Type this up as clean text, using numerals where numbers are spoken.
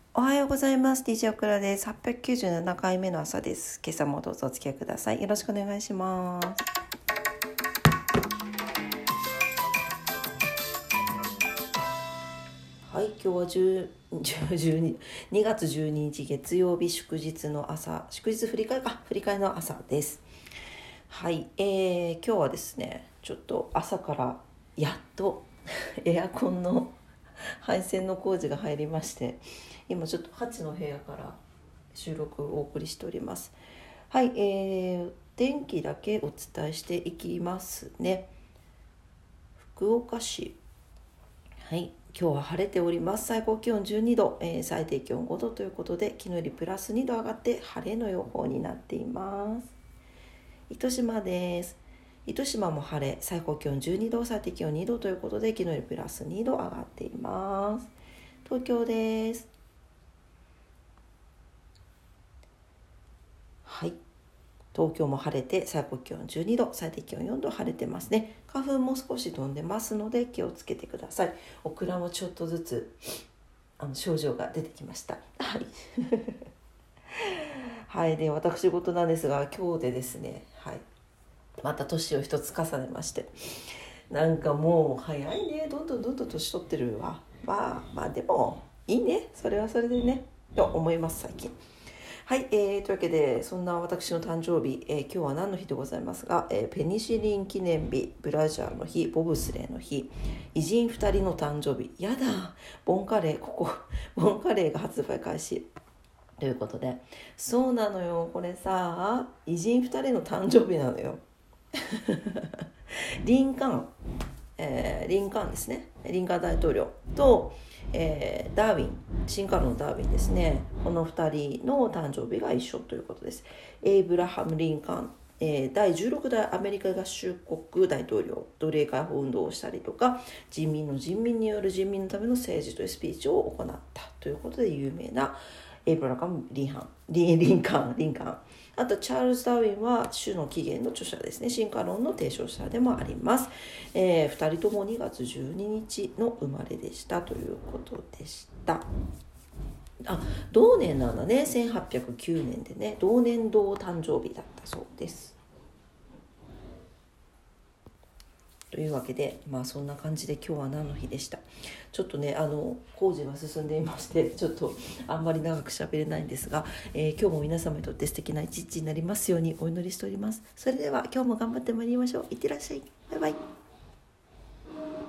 おはようございます。DJ オクラです。897回目の朝です。今朝もどうぞお付き合いください。よろしくお願いします。はい、今日は2月12日月曜日、祝日の朝、祝日振り返りの朝です。はい、今日はですね、ちょっと朝からやっとエアコンの配線の工事が入りまして、今ちょっと8の部屋から収録をお送りしております。はい、天気だけお伝えしていきますね。福岡市、はい、今日は晴れております。最高気温12度、最低気温5度ということで、昨日よりプラス2度上がって晴れの予報になっています。糸島です。糸島も晴れ、最高気温12度、最低気温2度ということで、昨日よりプラス2度上がっています。東京です。はい、東京も晴れて最高気温12度、最低気温4度、晴れてますね。花粉も少し飛んでますので気をつけてください。オクラもちょっとずつ症状が出てきました。はいはい、で私事なんですが、今日でですね、はい、また年を一つ重ねまして、なんかもう早いね、どんどん年取ってるわ。まあでもいいね、それはそれでねと思います最近。はい、というわけでそんな私の誕生日、今日は何の日でございますが、ペニシリン記念日、ブラジャーの日、ボブスレーの日、偉人2人の誕生日、やだ、ボンカレーが発売開始ということで、そうなのよ、これさ、偉人2人の誕生日なのよリンカーンですね、リンカーン大統領と、ダーウィン、進化論のダーウィンですね、この2人の誕生日が一緒ということです。エイブラハム・リンカーン、第16代アメリカ合衆国大統領、奴隷解放運動をしたりとか、人民による人民のための政治というスピーチを行ったということで有名なエイブラハム・リンカーン。あとチャールズ・ダーウィンは種の起源の著者ですね。進化論の提唱者でもあります。2人とも2月12日の生まれでしたということでした。同年なんだね。1809年でね、同年同誕生日だったそうです。というわけで、そんな感じで今日は何の日でした。ちょっとね、工事が進んでいまして、ちょっとあんまり長く喋れないんですが、今日も皆様にとって素敵な一日になりますようにお祈りしております。それでは今日も頑張ってまいりましょう。いってらっしゃい。バイバイ。